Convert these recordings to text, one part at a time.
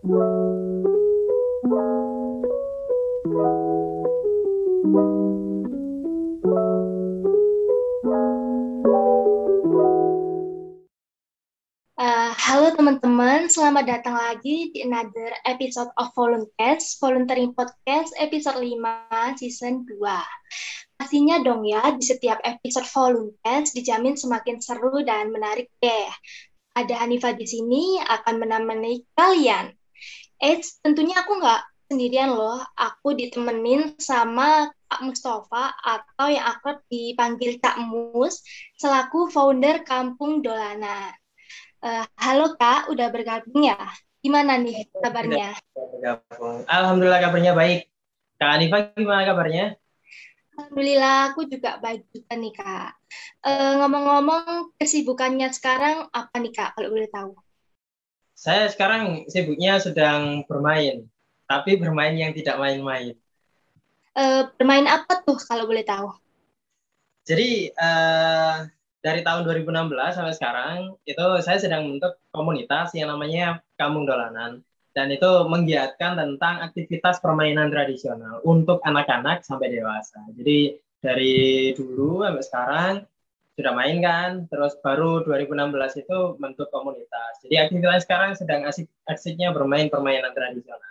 Halo teman-teman, selamat datang lagi di another episode of Voluntcast, Volunteering Podcast episode 5 season 2. Pastinya dong ya, di setiap episode Voluntcast dijamin semakin seru dan menarik deh. Ada Hanifah di sini akan menemani kalian. Tentunya aku nggak sendirian loh, aku ditemenin sama Kak Mustafa atau yang akrab dipanggil Kak Mus, selaku founder Kampung Dolanan. Halo Kak, udah bergabung ya? Gimana nih Sudah kabarnya? bergabung. Alhamdulillah kabarnya baik. Kak Anifah gimana kabarnya? Alhamdulillah, aku juga baik juga nih Kak. Ngomong-ngomong, kesibukannya sekarang apa nih Kak, kalau boleh tahu? Saya sekarang sibuknya sedang bermain, tapi bermain yang tidak main-main. Bermain apa tuh kalau boleh tahu? Jadi dari tahun 2016 sampai sekarang itu saya sedang membentuk komunitas yang namanya Kampung Dolanan dan itu menggiatkan tentang aktivitas permainan tradisional untuk anak-anak sampai dewasa. Jadi dari dulu sampai sekarang sudah main kan, terus baru 2016 itu bentuk komunitas. Jadi aktivitas sekarang sedang asik-asiknya bermain permainan tradisional.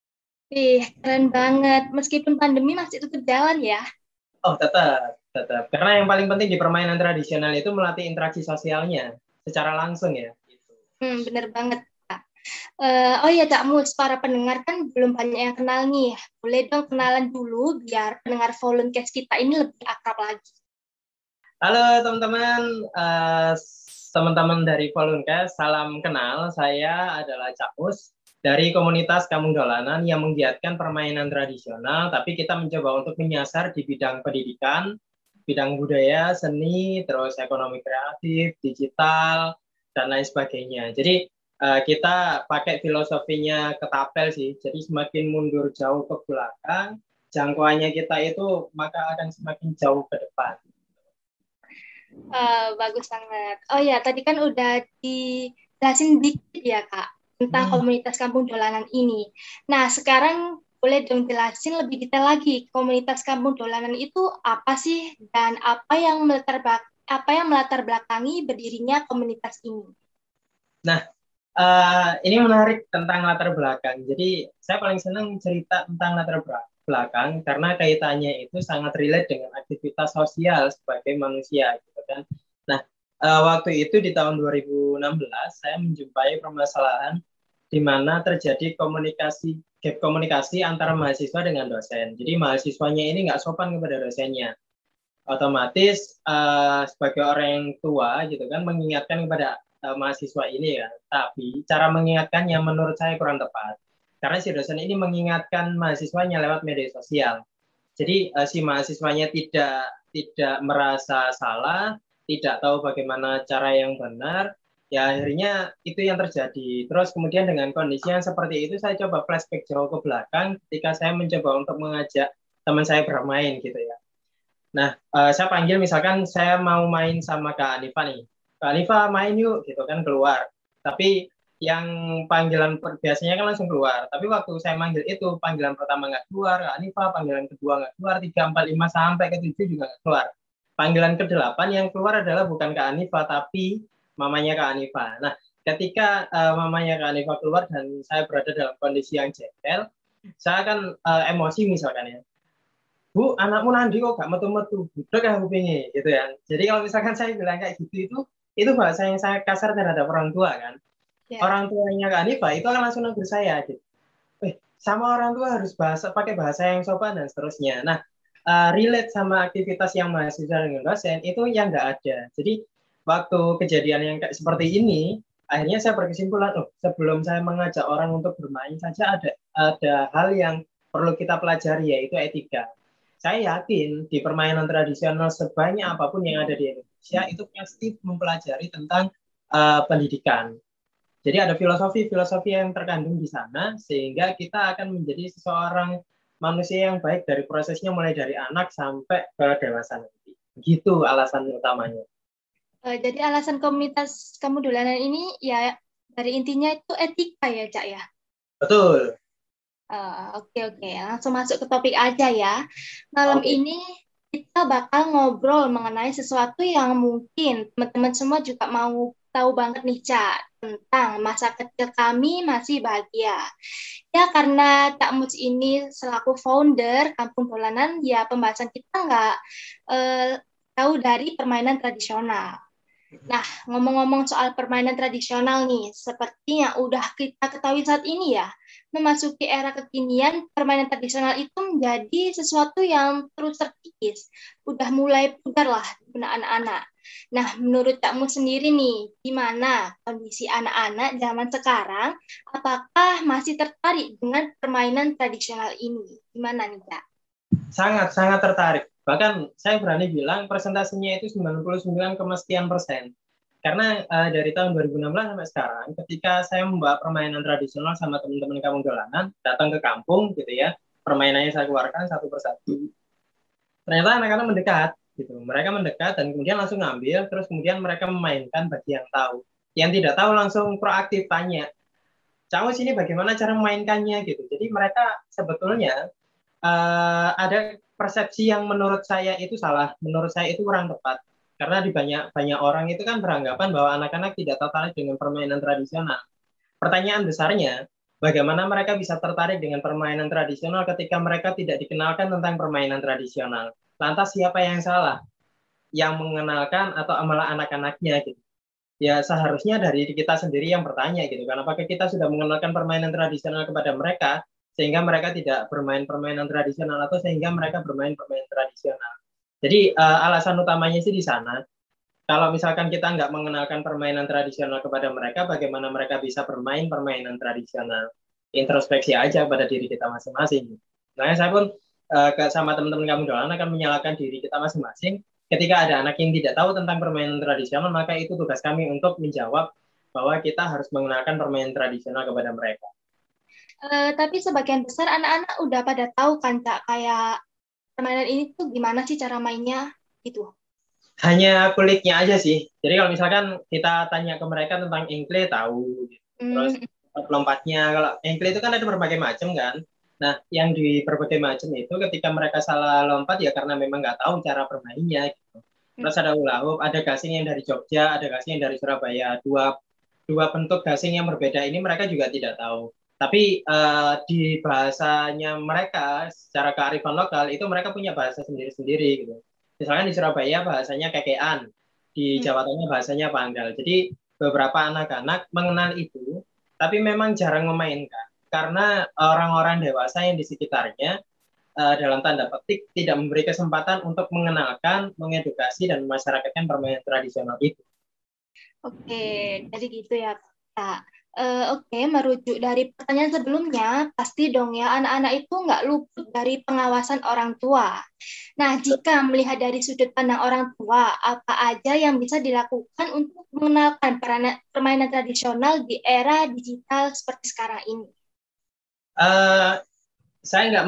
Keren banget. Meskipun pandemi masih tetap jalan ya. Oh, tetap. Karena yang paling penting di permainan tradisional itu melatih interaksi sosialnya secara langsung ya. Gitu. Bener banget Kak. Oh ya Kak Mus, para pendengar kan belum banyak yang kenal nih. Boleh dong kenalan dulu biar pendengar Voluntcast kita ini lebih akrab lagi. Halo teman-teman, teman-teman dari Voluntcast, salam kenal. Saya adalah Cak Mus dari komunitas Kampung Dolanan yang menggiatkan permainan tradisional, tapi kita mencoba untuk menyasar di bidang pendidikan, bidang budaya, seni, terus ekonomi kreatif, digital, dan lain sebagainya. Jadi kita pakai filosofinya ketapel sih, jadi semakin mundur jauh ke belakang, jangkauannya kita itu maka akan semakin jauh ke depan. Bagus banget. Oh ya, tadi kan udah dijelasin dikit ya, Kak, tentang komunitas Kampung Dolanan ini. Nah, sekarang boleh dong jelasin lebih detail lagi, komunitas Kampung Dolanan itu apa sih dan apa yang melatar belakangi berdirinya komunitas ini? Nah, ini menarik tentang latar belakang. Jadi saya paling senang cerita tentang latar belakang karena kaitannya itu sangat relate dengan aktivitas sosial sebagai manusia, gitu kan. Nah, waktu itu di tahun 2016 saya menjumpai permasalahan di mana terjadi gap komunikasi antara mahasiswa dengan dosen. Jadi mahasiswanya ini nggak sopan kepada dosennya. Otomatis sebagai orang yang tua gitu kan mengingatkan kepada mahasiswa ini ya, tapi cara mengingatkannya menurut saya kurang tepat karena si dosen ini mengingatkan mahasiswanya lewat media sosial. Jadi si mahasiswanya tidak merasa salah, tidak tahu bagaimana cara yang benar, ya akhirnya itu yang terjadi. Terus kemudian dengan kondisi yang seperti itu saya coba flashback jauh ke belakang ketika saya mencoba untuk mengajak teman saya bermain gitu ya. Nah, saya panggil misalkan saya mau main sama Kak Anifa nih. Kak Anifa main yuk gitu kan keluar. Tapi yang panggilan biasanya kan langsung keluar. Tapi waktu saya manggil itu panggilan pertama nggak keluar, Kak Anifa, panggilan kedua nggak keluar, 3, 4, 5 sampai ke 7 juga nggak keluar. Panggilan ke-8 yang keluar adalah bukan Kak Anifa tapi mamanya Kak Anifa. Nah, ketika mamanya Kak Anifa keluar dan saya berada dalam kondisi yang jengkel, saya akan emosi misalkan ya. Bu, anakmu nanti kok gak metu-metu, budek ya kupingnya, gitu ya. Jadi kalau misalkan saya bilang kayak gitu, itu bahasa yang saya kasar terhadap orang tua kan. Ya. Orang tuanya Kak Anifa itu akan langsung negur saya, gitu. Sama orang tua harus pakai bahasa yang sopan dan seterusnya. Nah, relate sama aktivitas yang mahasiswa dengan dosen itu yang nggak ada. Jadi waktu kejadian yang kayak seperti ini, akhirnya saya berkesimpulan, sebelum saya mengajak orang untuk bermain saja ada hal yang perlu kita pelajari yaitu etika. Saya yakin di permainan tradisional sebanyak apapun yang ada di Indonesia itu pasti mempelajari tentang pendidikan. Jadi ada filosofi-filosofi yang terkandung di sana sehingga kita akan menjadi seseorang manusia yang baik dari prosesnya mulai dari anak sampai ke dewasa nanti. Gitu alasan utamanya. Jadi alasan komunitas kamu dolanan ini ya dari intinya itu etika ya, Cak ya? Betul. Oke, oke. Langsung masuk ke topik aja ya. Malam Oke. ini kita bakal ngobrol mengenai sesuatu yang mungkin teman-teman semua juga mau tahu banget nih, Ca, tentang masa kecil kami masih bahagia. Ya, karena Kak Mus ini selaku founder Kampung Dolanan, ya pembahasan kita nggak eh, tahu dari permainan tradisional. Nah, ngomong-ngomong soal permainan tradisional nih, seperti yang udah kita ketahui saat ini ya, memasuki era kekinian, permainan tradisional itu menjadi sesuatu yang terus terkikis. Udah mulai pudar lah di benak anak-anak. Nah, menurut kamu sendiri nih, gimana kondisi anak-anak zaman sekarang? Apakah masih tertarik dengan permainan tradisional ini? Gimana nih, Kak? Sangat tertarik. Bahkan saya berani bilang presentasinya itu 99,sekian%. Karena dari tahun 2016 sampai sekarang, ketika saya membawa permainan tradisional sama teman-teman kampung dolanan, datang ke kampung gitu ya, permainannya saya keluarkan satu persatu. Ternyata anak-anak mendekat, gitu. Mereka mendekat dan kemudian langsung ngambil, terus kemudian mereka memainkan bagi yang tahu. Yang tidak tahu langsung proaktif tanya, "Kamu sini bagaimana cara memainkannya?" gitu. Jadi mereka sebetulnya ada persepsi yang menurut saya itu salah, menurut saya itu kurang tepat. Karena di banyak orang itu kan beranggapan bahwa anak-anak tidak tertarik dengan permainan tradisional. Pertanyaan besarnya, bagaimana mereka bisa tertarik dengan permainan tradisional ketika mereka tidak dikenalkan tentang permainan tradisional? Lantas siapa yang salah? Yang mengenalkan atau malah anak-anaknya gitu? Ya seharusnya dari kita sendiri yang bertanya gitu kan, apakah kita sudah mengenalkan permainan tradisional kepada mereka sehingga mereka tidak bermain permainan tradisional atau sehingga mereka bermain permainan tradisional. Jadi alasan utamanya sih di sana. Kalau misalkan kita nggak mengenalkan permainan tradisional kepada mereka, bagaimana mereka bisa bermain permainan tradisional? Introspeksi aja pada diri kita masing-masing. Nah, saya pun sama teman-teman kamu doang akan menyalahkan diri kita masing-masing. Ketika ada anak yang tidak tahu tentang permainan tradisional, maka itu tugas kami untuk menjawab bahwa kita harus mengenalkan permainan tradisional kepada mereka. Tapi sebagian besar anak-anak udah pada tahu kan, Kak, kayak permainan ini tuh gimana sih cara mainnya gitu. Hanya kulitnya aja sih. Jadi kalau misalkan kita tanya ke mereka tentang engkle tahu, gitu. Terus Hmm, lompatnya, kalau engkle itu kan ada berbagai macam kan. Nah, yang di berbagai macam itu ketika mereka salah lompat ya karena memang nggak tahu cara bermainnya gitu. Terus ada hula hoop, ada gasing yang dari Jogja, ada gasing yang dari Surabaya. Dua bentuk gasing yang berbeda ini mereka juga tidak tahu. Tapi di bahasanya mereka secara kearifan lokal itu mereka punya bahasa sendiri-sendiri gitu. Misalnya di Surabaya bahasanya kekean, di hmm. Jawa Tengah bahasanya panggal. Jadi beberapa anak-anak mengenal itu, tapi memang jarang memainkan karena orang-orang dewasa yang di sekitarnya dalam tanda petik tidak memberi kesempatan untuk mengenalkan, mengedukasi dan memasyarakatkan permainan tradisional itu. Oke, jadi gitu ya, Kak. Oke, merujuk dari pertanyaan sebelumnya, pasti dong ya anak-anak itu nggak luput dari pengawasan orang tua. Nah, jika melihat dari sudut pandang orang tua, apa aja yang bisa dilakukan untuk mengenalkan permainan tradisional di era digital seperti sekarang ini? Uh, saya nggak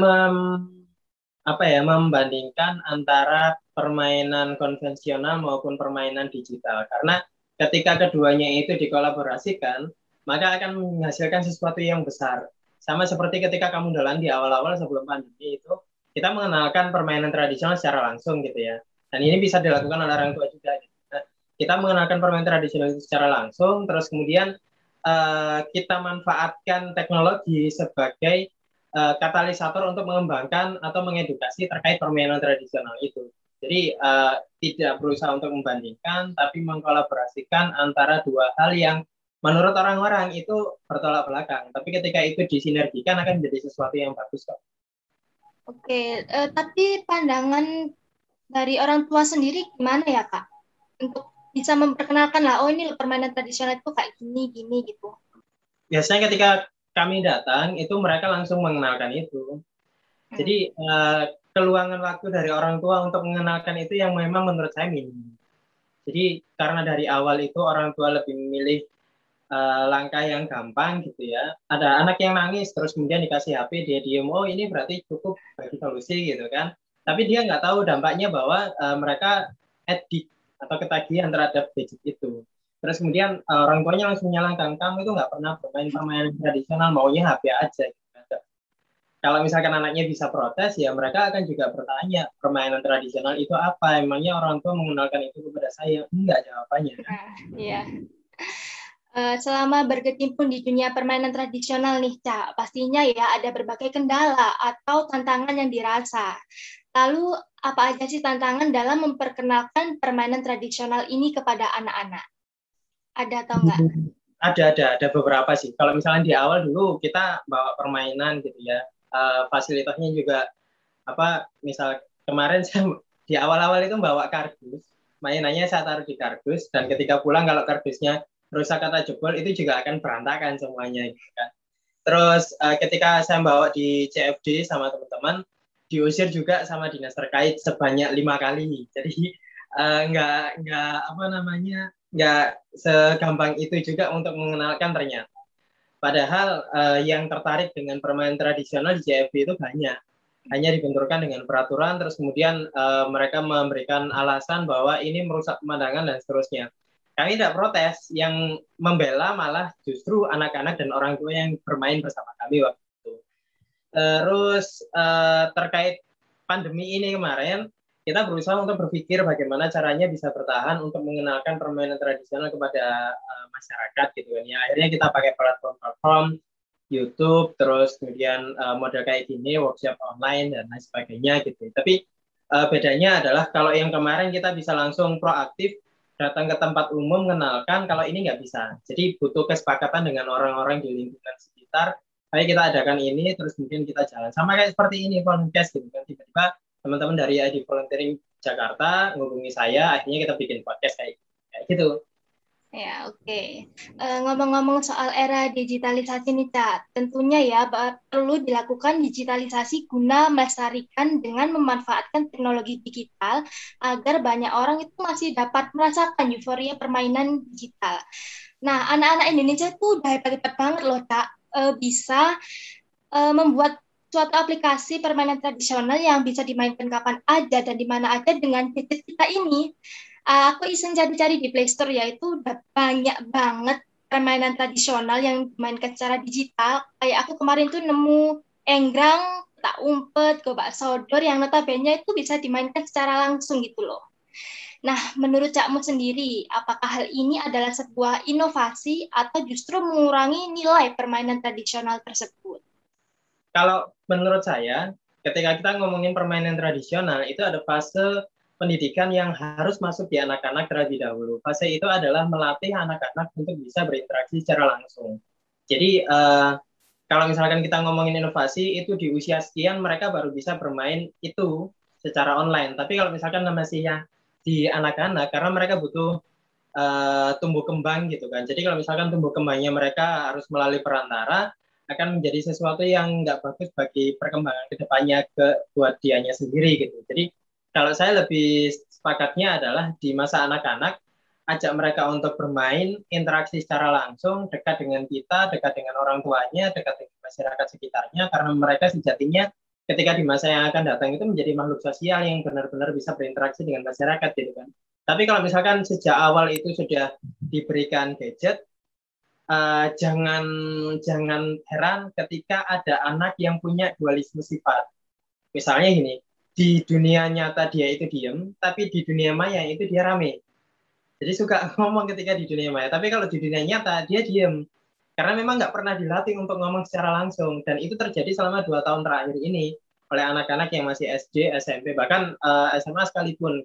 membandingkan antara permainan konvensional maupun permainan digital karena ketika keduanya itu dikolaborasikan maka akan menghasilkan sesuatu yang besar sama seperti ketika kamu dalam di awal-awal sebelum pandemi itu kita mengenalkan permainan tradisional secara langsung gitu ya dan ini bisa dilakukan oleh orang tua juga gitu. Nah, kita mengenalkan permainan tradisional itu secara langsung terus kemudian kita manfaatkan teknologi sebagai katalisator untuk mengembangkan atau mengedukasi terkait permainan tradisional itu. Jadi tidak berusaha untuk membandingkan, tapi mengkolaborasikan antara dua hal yang menurut orang-orang itu bertolak belakang. Tapi ketika itu disinergikan akan menjadi sesuatu yang bagus kok. Oke, tapi pandangan dari orang tua sendiri gimana ya, Kak? Untuk bisa memperkenalkan lah, oh ini loh permainan tradisional itu kayak gini, gini gitu. Biasanya ketika kami datang itu mereka langsung mengenalkan itu. Hmm. Jadi keluangan waktu dari orang tua untuk mengenalkan itu yang memang menurut saya minim. Jadi karena dari awal itu orang tua lebih memilih langkah yang gampang gitu ya. Ada anak yang nangis terus kemudian dikasih HP dia diem, oh ini berarti cukup bagi solusi gitu kan. Tapi dia nggak tahu dampaknya bahwa mereka addict atau ketagihan terhadap gadget itu. Terus kemudian orang tuanya langsung nyalahkan, kamu itu nggak pernah bermain permainan tradisional, maunya HP aja. Kalau misalkan anaknya bisa protes, ya mereka akan juga bertanya, permainan tradisional itu apa? Emangnya orang tua mengenalkan itu kepada saya? Enggak jawabannya. Kan? Nah, iya. Selama berkecimpung di dunia permainan tradisional nih, Cak, pastinya ya ada berbagai kendala atau tantangan yang dirasa. Lalu, apa aja sih tantangan dalam memperkenalkan permainan tradisional ini kepada anak-anak? Ada atau enggak? Ada beberapa sih. Kalau misalnya di awal dulu kita bawa permainan gitu ya, fasilitasnya juga apa? Misal kemarin saya di awal-awal itu bawa kardus, mainannya saya taruh di kardus dan ketika pulang kalau kardusnya rusak atau jebol itu juga akan berantakan semuanya gitu kan. Terus ketika saya bawa di CFD sama teman-teman, diusir juga sama dinas terkait sebanyak 5 kali. Jadi nggak apa namanya nggak segampang itu juga untuk mengenalkan ternyata. Padahal yang tertarik dengan permainan tradisional di CFD itu banyak. Hanya dibenturkan dengan peraturan, terus kemudian mereka memberikan alasan bahwa ini merusak pemandangan dan seterusnya. Kami tidak protes, yang membela malah justru anak-anak dan orang tua yang bermain bersama kami waktu itu. Terus terkait pandemi ini kemarin, kita berusaha untuk berpikir bagaimana caranya bisa bertahan untuk mengenalkan permainan tradisional kepada masyarakat gitu kan ya. Akhirnya kita pakai platform-platform YouTube, terus kemudian model kayak gini, workshop online dan lain sebagainya gitu. Tapi bedanya adalah kalau yang kemarin kita bisa langsung proaktif datang ke tempat umum mengenalkan, kalau ini nggak bisa. Jadi butuh kesepakatan dengan orang-orang di lingkungan sekitar. Ayo kita adakan ini, terus mungkin kita jalan. Sama kayak seperti ini, podcast gitu kan. Tiba-tiba teman-teman dari ID Volunteering Jakarta menghubungi saya, akhirnya kita bikin podcast kayak gitu. Ya, oke. Ngomong-ngomong soal era digitalisasi nih, Cak, tentunya ya perlu dilakukan digitalisasi guna melestarikan dengan memanfaatkan teknologi digital agar banyak orang itu masih dapat merasakan euforia permainan digital. Nah, anak-anak Indonesia tuh udah hebat-hebat banget loh, Cak. Bisa membuat suatu aplikasi permainan tradisional yang bisa dimainkan kapan aja dan di mana aja dengan gadget kita ini. Aku iseng cari-cari di Play Store, yaitu udah banyak banget permainan tradisional yang dimainkan secara digital. Kayak aku kemarin tuh nemu enggrang, tak umpet, gobak sodor yang notabene itu bisa dimainkan secara langsung gitu loh. Nah, menurut Cakmu sendiri, apakah hal ini adalah sebuah inovasi atau justru mengurangi nilai permainan tradisional tersebut? Kalau menurut saya, ketika kita ngomongin permainan tradisional, itu ada fase pendidikan yang harus masuk di anak-anak terlebih dahulu. Fase itu adalah melatih anak-anak untuk bisa berinteraksi secara langsung. Jadi, kalau misalkan kita ngomongin inovasi, itu di usia sekian mereka baru bisa bermain itu secara online. Tapi kalau misalkan masih ya di anak-anak, karena mereka butuh tumbuh kembang gitu kan. Jadi kalau misalkan tumbuh kembangnya mereka harus melalui perantara, akan menjadi sesuatu yang nggak bagus bagi perkembangan kedepannya buat dianya sendiri gitu. Jadi kalau saya lebih sepakatnya adalah di masa anak-anak, ajak mereka untuk bermain, interaksi secara langsung, dekat dengan kita, dekat dengan orang tuanya, dekat dengan masyarakat sekitarnya, karena mereka sejatinya ketika di masa yang akan datang itu menjadi makhluk sosial yang benar-benar bisa berinteraksi dengan masyarakat gitu kan. Tapi kalau misalkan sejak awal itu sudah diberikan gadget, jangan heran ketika ada anak yang punya dualisme sifat. Misalnya gini, di dunia nyata dia itu diem, tapi di dunia maya itu dia rame. Jadi suka ngomong ketika di dunia maya, tapi kalau di dunia nyata dia diem. Karena memang nggak pernah dilatih untuk ngomong secara langsung. Dan itu terjadi selama 2 tahun terakhir ini oleh anak-anak yang masih SD, SMP, bahkan SMA sekalipun.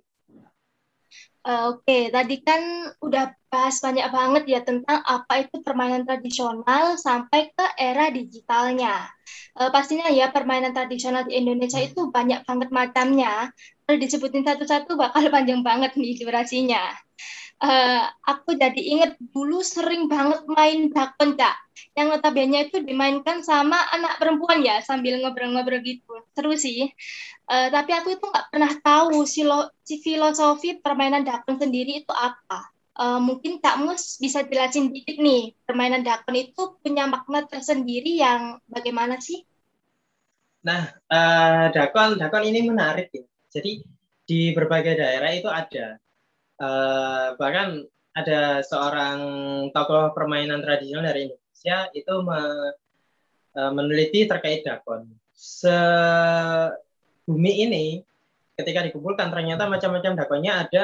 Oke, tadi kan udah bahas banyak banget ya tentang apa itu permainan tradisional sampai ke era digitalnya. Pastinya ya permainan tradisional di Indonesia itu banyak banget macamnya. Kalau disebutin satu-satu bakal panjang banget nih durasinya. Aku jadi inget dulu sering banget main dakon, Cak. Yang notabene itu dimainkan sama anak perempuan ya, sambil ngobrol-ngobrol gitu. Seru sih. Tapi aku itu nggak pernah tahu si filosofi permainan dakon sendiri itu apa. Mungkin Kak Mus bisa jelasin dikit nih, permainan dakon itu punya makna tersendiri yang bagaimana sih? Nah, dakon ini menarik ya. Jadi di berbagai daerah itu ada. Bahkan ada seorang tokoh permainan tradisional dari Indonesia itu meneliti terkait dakon. Bumi ini ketika dikumpulkan ternyata macam-macam dakonnya ada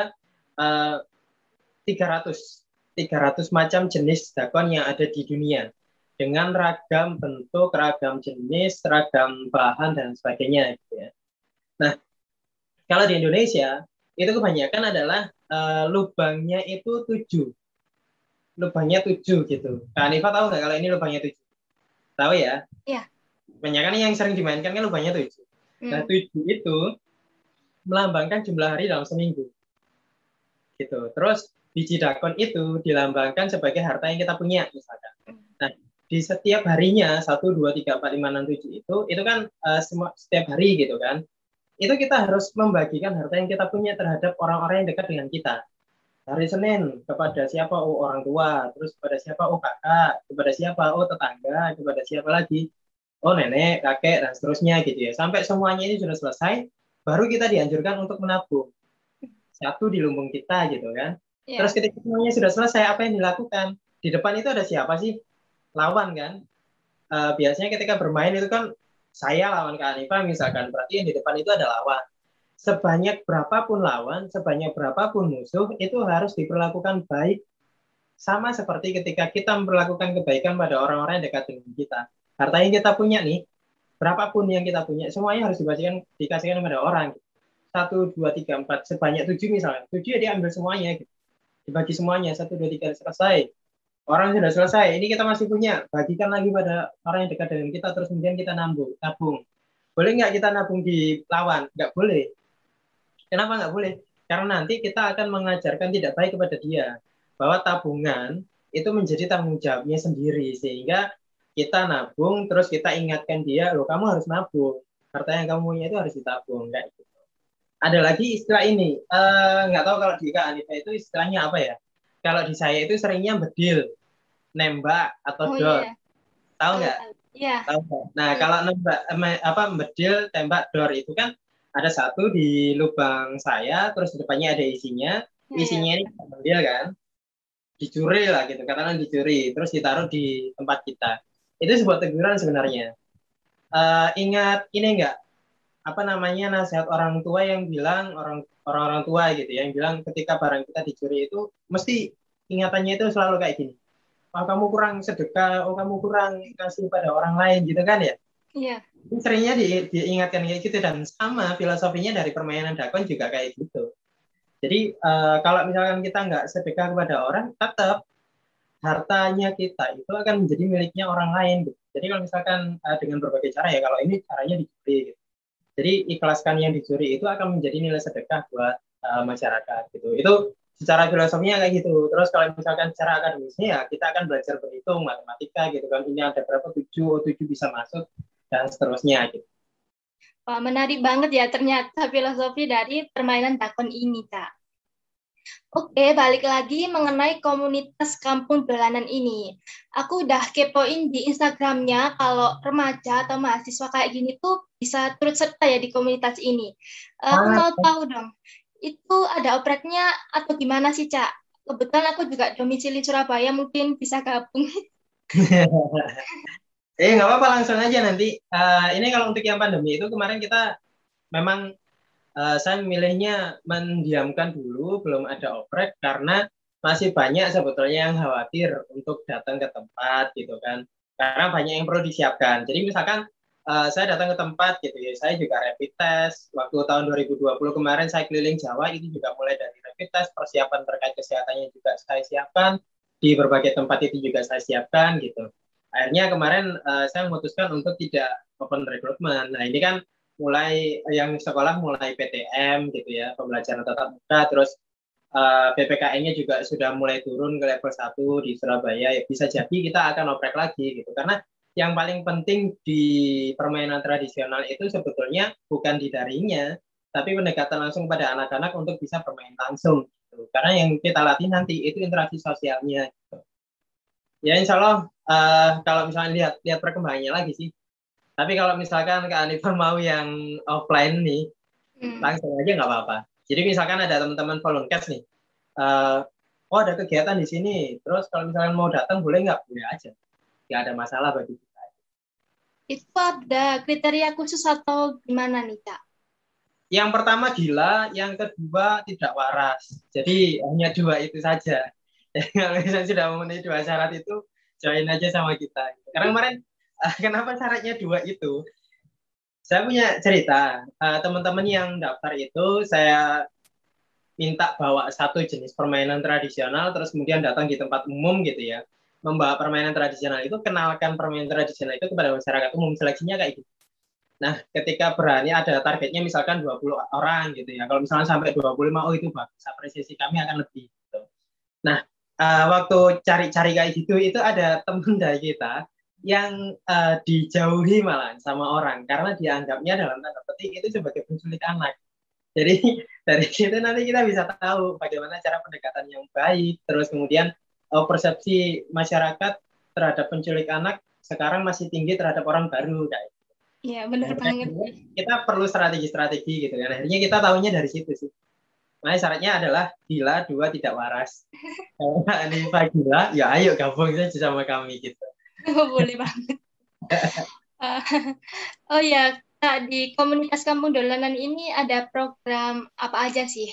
300 macam jenis dakon yang ada di dunia dengan ragam bentuk, ragam jenis, ragam bahan dan sebagainya gitu ya. Nah, kalau di Indonesia itu kebanyakan adalah lubangnya itu 7. Lubangnya 7 gitu. Kak Anifa tahu nggak kalau ini lubangnya 7? Tahu ya? Iya. Kebanyakan yang sering dimainkan kan lubangnya 7. Nah, 7 itu melambangkan jumlah hari dalam seminggu. Gitu. Terus biji dakon itu dilambangkan sebagai harta yang kita punya misalkan. Nah, di setiap harinya 1 2 3 4 5 6 7 itu kan setiap hari gitu kan. Itu kita harus membagikan harta yang kita punya terhadap orang-orang yang dekat dengan kita. Hari Senin kepada siapa? Oh, orang tua. Terus kepada siapa? Oh, kakak. Kepada siapa? Oh, tetangga. Kepada siapa lagi? Oh, nenek, kakek, dan seterusnya gitu ya. Sampai semuanya ini sudah selesai, baru kita dianjurkan untuk menabung. Satu di lumbung kita gitu kan. Yeah. Terus ketika semuanya sudah selesai, apa yang dilakukan? Di depan itu ada siapa sih? Lawan kan. Biasanya ketika bermain itu kan saya lawan Kak Anifa misalkan, berarti yang di depan itu ada lawan. Sebanyak berapapun lawan, sebanyak berapapun musuh, itu harus diperlakukan baik. Sama seperti ketika kita memperlakukan kebaikan pada orang-orang yang dekat dengan kita. Harta yang kita punya nih, berapapun yang kita punya, semuanya harus dikasihkan kepada orang. 1, 2, 3, 4, sebanyak 7 misalnya. 7 ya diambil semuanya. Gitu. Dibagi semuanya, 1, 2, 3, selesai. Orang sudah selesai, ini kita masih punya. Bagikan lagi pada orang yang dekat dengan kita, terus kemudian kita nabung. Boleh nggak kita nabung di lawan? Nggak boleh. Kenapa nggak boleh? Karena nanti kita akan mengajarkan tidak baik kepada dia. Bahwa tabungan itu menjadi tanggung jawabnya sendiri. Sehingga kita nabung, terus kita ingatkan dia, loh kamu harus nabung. Harta yang kamu punya itu harus ditabung. Kayak gitu. Ada lagi istilah ini, nggak tahu kalau di Kak Anifa itu istilahnya apa ya? Kalau di saya itu seringnya bedil, nembak atau dor. Iya. Tahu nggak? Iya. Tahu nggak? Nah, kalau nembak bedil, tembak, dor itu kan ada satu di lubang saya, terus di depannya ada isinya. Isinya ini bedil kan, dicuri lah gitu, katakan dicuri, terus ditaruh di tempat kita. Itu sebuah teguran sebenarnya. Ingat ini nggak? Apa namanya nasihat orang tua yang bilang orang-orang tua gitu ya, yang bilang ketika barang kita dicuri itu mesti ingatannya itu selalu kayak gini, oh kamu kurang sedekah, oh kamu kurang kasih pada orang lain gitu kan ya. Iya. Seringnya diingatkan kayak gitu, dan sama filosofinya dari permainan dakon juga kayak gitu. Jadi kalau misalkan kita nggak sedekah kepada orang, tetap hartanya kita itu akan menjadi miliknya orang lain gitu. Jadi kalau misalkan dengan berbagai cara ya, kalau ini caranya dicuri gitu. Jadi ikhlaskan yang dicuri itu akan menjadi nilai sedekah buat masyarakat gitu. Itu secara filosofinya kayak gitu. Terus kalau misalkan secara akademisnya ya kita akan belajar berhitung matematika gitu kan. Ini ada berapa 7 bisa masuk dan seterusnya gitu. Wah, menarik banget ya ternyata filosofi dari permainan dakon ini, Kak. Oke, balik lagi mengenai komunitas kampung dolanan ini. Aku udah kepoin di Instagramnya kalau remaja atau mahasiswa kayak gini tuh bisa turut serta ya di komunitas ini. Aku mau tahu dong, itu ada opreknya atau gimana sih, Cak? Kebetulan aku juga domisili Surabaya, mungkin bisa gabung. Nggak apa-apa, langsung aja nanti. Ini kalau untuk yang pandemi itu kemarin kita memang saya memilihnya mendiamkan dulu, belum ada oprek karena masih banyak sebetulnya yang khawatir untuk datang ke tempat gitu kan. Karena banyak yang perlu disiapkan. Jadi misalkan saya datang ke tempat gitu ya, saya juga rapid test. Waktu tahun 2020 kemarin saya keliling Jawa, itu juga mulai dari rapid test, persiapan terkait kesehatannya juga saya siapkan. Di berbagai tempat itu juga saya siapkan gitu. Akhirnya kemarin saya memutuskan untuk tidak open recruitment. Nah ini kan mulai yang sekolah mulai PTM gitu ya, pembelajaran tatap muka, terus PPKN-nya juga sudah mulai turun ke level 1 di Surabaya. Ya, bisa jadi kita akan oprek lagi gitu. Karena yang paling penting di permainan tradisional itu sebetulnya bukan di daringnya, tapi pendekatan langsung pada anak-anak untuk bisa bermain langsung gitu. Karena yang kita latih nanti itu interaksi sosialnya gitu. Ya insya Allah kalau misalnya lihat perkembangannya lagi sih. Tapi kalau misalkan Kak Anifah mau yang offline nih, langsung aja nggak apa-apa. Jadi misalkan ada teman-teman Voluncast nih, oh ada kegiatan di sini, terus kalau misalnya mau datang boleh nggak? Boleh aja, nggak ada masalah bagi kita. Itu ada kriteria khusus atau gimana nih, Kak? Yang pertama gila, yang kedua tidak waras. Jadi hanya dua itu saja. Jadi, kalau misalnya sudah memenuhi dua syarat itu, join aja sama kita. Karena kemarin kenapa syaratnya dua itu? Saya punya cerita, teman-teman yang daftar itu saya minta bawa satu jenis permainan tradisional, terus kemudian datang di tempat umum gitu ya, membawa permainan tradisional itu, kenalkan permainan tradisional itu kepada masyarakat umum, seleksinya kayak gitu. Nah, ketika berani ada targetnya misalkan 20 orang gitu ya, kalau misalnya sampai 25, oh itu bagus, apresiasi kami akan lebih. Gitu. Nah, waktu cari-cari kayak gitu, itu ada teman dari kita yang dijauhi malah sama orang, karena dianggapnya dalam tanda petik itu sebagai penculik anak. Jadi dari situ nanti kita bisa tahu bagaimana cara pendekatan yang baik, terus kemudian persepsi masyarakat terhadap penculik anak sekarang masih tinggi terhadap orang baru kayak. Iya, bener Nah, banget. kita perlu strategi-strategi gitu kan. Akhirnya kita tahunya dari situ sih. Nah, syaratnya adalah gila, dua tidak waras. Kalau Anissa gila, ya ayo gabung saja sama kami gitu. Boleh banget. Eh, oh ya, Kak, di komunitas Kampung Dolanan ini ada program apa aja sih?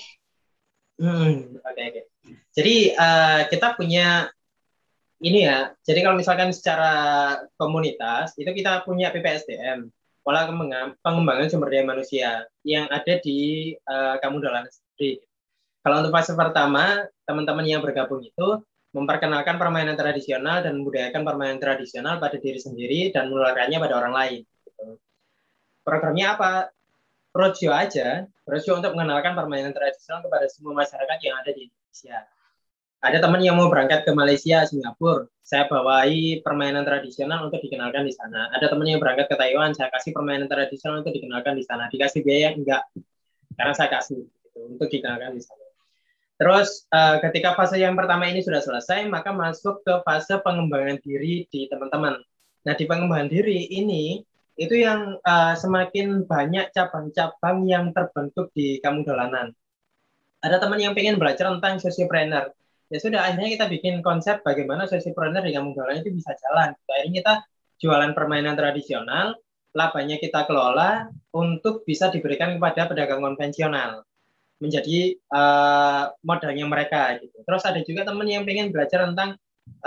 Oke, oke. Jadi kita punya ini ya. Jadi kalau misalkan secara komunitas itu kita punya PPSDM, Pola Pengembangan Sumber Daya Manusia yang ada di Kampung Dolanan sendiri. Kalau untuk fase pertama, teman-teman yang bergabung itu memperkenalkan permainan tradisional dan membudayakan permainan tradisional pada diri sendiri dan menularkannya pada orang lain. Gitu. Programnya apa? Roadshow aja, roadshow untuk mengenalkan permainan tradisional kepada semua masyarakat yang ada di Indonesia. Ada teman yang mau berangkat ke Malaysia, Singapura, saya bawai permainan tradisional untuk dikenalkan di sana. Ada teman yang berangkat ke Taiwan, saya kasih permainan tradisional untuk dikenalkan di sana. Dikasih biaya enggak, karena saya kasih gitu, untuk dikenalkan di sana. Terus ketika fase yang pertama ini sudah selesai, maka masuk ke fase pengembangan diri di teman-teman. Nah, di pengembangan diri ini itu yang semakin banyak cabang-cabang yang terbentuk di Kampung Dolanan. Ada teman yang pengen belajar tentang sociopreneur. Ya sudah, akhirnya kita bikin konsep bagaimana sociopreneur di Kampung Dolanan itu bisa jalan. Akhirnya kita jualan permainan tradisional, labanya kita kelola untuk bisa diberikan kepada pedagang konvensional menjadi modalnya mereka gitu. Terus ada juga teman yang pengen belajar tentang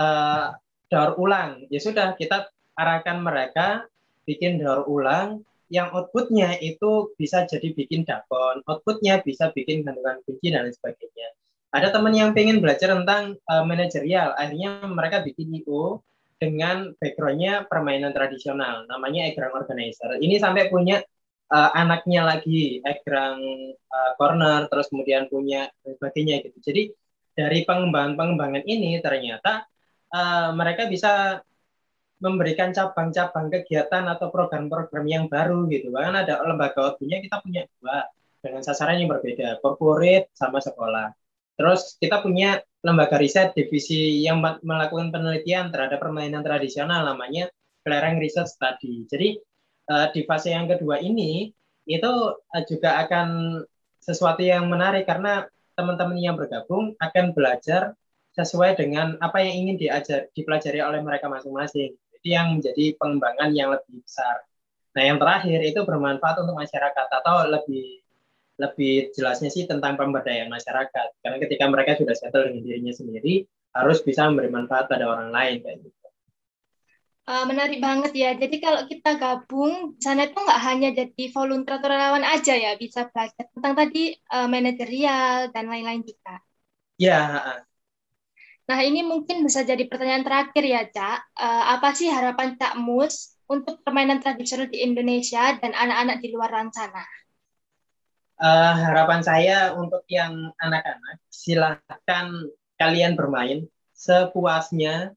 daur ulang. Ya sudah, kita arahkan mereka bikin daur ulang yang outputnya itu bisa jadi bikin dakon, outputnya bisa bikin gantungan kunci dan lain sebagainya. Ada teman yang pengen belajar tentang manajerial, akhirnya mereka bikin IO dengan backgroundnya permainan tradisional, namanya Egrang Organizer. Ini sampai punya anaknya lagi Egrang Corner, terus kemudian punya dan sebagainya gitu. Jadi dari pengembangan-pengembangan ini ternyata mereka bisa memberikan cabang-cabang kegiatan atau program-program yang baru gitu. Bahkan ada lembaga outputnya kita punya dua dengan sasaran yang berbeda, corporate sama sekolah. Terus kita punya lembaga riset divisi yang melakukan penelitian terhadap permainan tradisional namanya Kelereng Research Study. Jadi di fase yang kedua ini itu juga akan sesuatu yang menarik karena teman-teman yang bergabung akan belajar sesuai dengan apa yang ingin dipelajari oleh mereka masing-masing. Jadi yang menjadi pengembangan yang lebih besar. Nah, yang terakhir itu bermanfaat untuk masyarakat atau lebih lebih jelasnya sih tentang pemberdayaan masyarakat. Karena ketika mereka sudah settle dengan dirinya sendiri, harus bisa memberi manfaat pada orang lain kayak gitu. Menarik banget ya. Jadi kalau kita gabung, di sana itu nggak hanya jadi volunteer atau relawan aja ya, bisa belajar tentang tadi manajerial dan lain-lain juga. Ya, Nah, ini mungkin bisa jadi pertanyaan terakhir ya, Cak. Apa sih harapan Cak Mus untuk permainan tradisional di Indonesia dan anak-anak di luar sana? harapan saya untuk yang anak-anak, silahkan kalian bermain sepuasnya,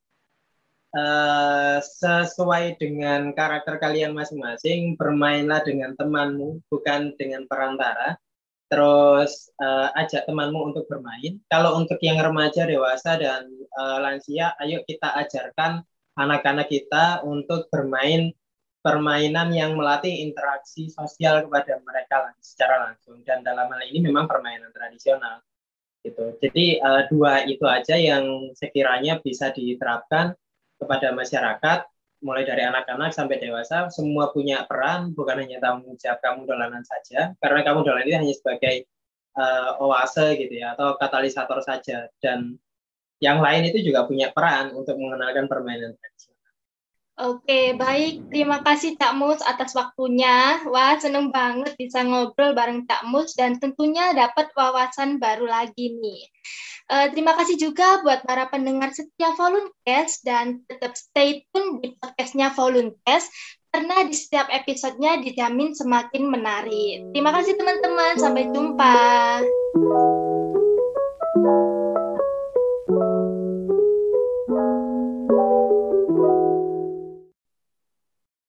sesuai dengan karakter kalian masing-masing, bermainlah dengan temanmu, bukan dengan perantara. Terus ajak temanmu untuk bermain. Kalau untuk yang remaja, dewasa, dan lansia, ayo kita ajarkan anak-anak kita untuk bermain permainan yang melatih interaksi sosial kepada mereka secara langsung. Dan dalam hal ini memang permainan tradisional. gitu. Jadi dua itu aja yang sekiranya bisa diterapkan kepada masyarakat, mulai dari anak-anak sampai dewasa, semua punya peran, bukan hanya tanggung jawab kamu dolanan saja, karena kamu dolanan itu hanya sebagai oase gitu ya, atau katalisator saja, dan yang lain itu juga punya peran untuk mengenalkan permainan tradisional. Oke, baik. Terima kasih Cak Mus atas waktunya. Wah, seneng banget bisa ngobrol bareng Cak Mus dan tentunya dapat wawasan baru lagi nih. Terima kasih juga buat para pendengar setia Voluncast dan tetap stay tune di podcastnya Voluncast karena di setiap episodenya dijamin semakin menarik. Terima kasih teman-teman, sampai jumpa.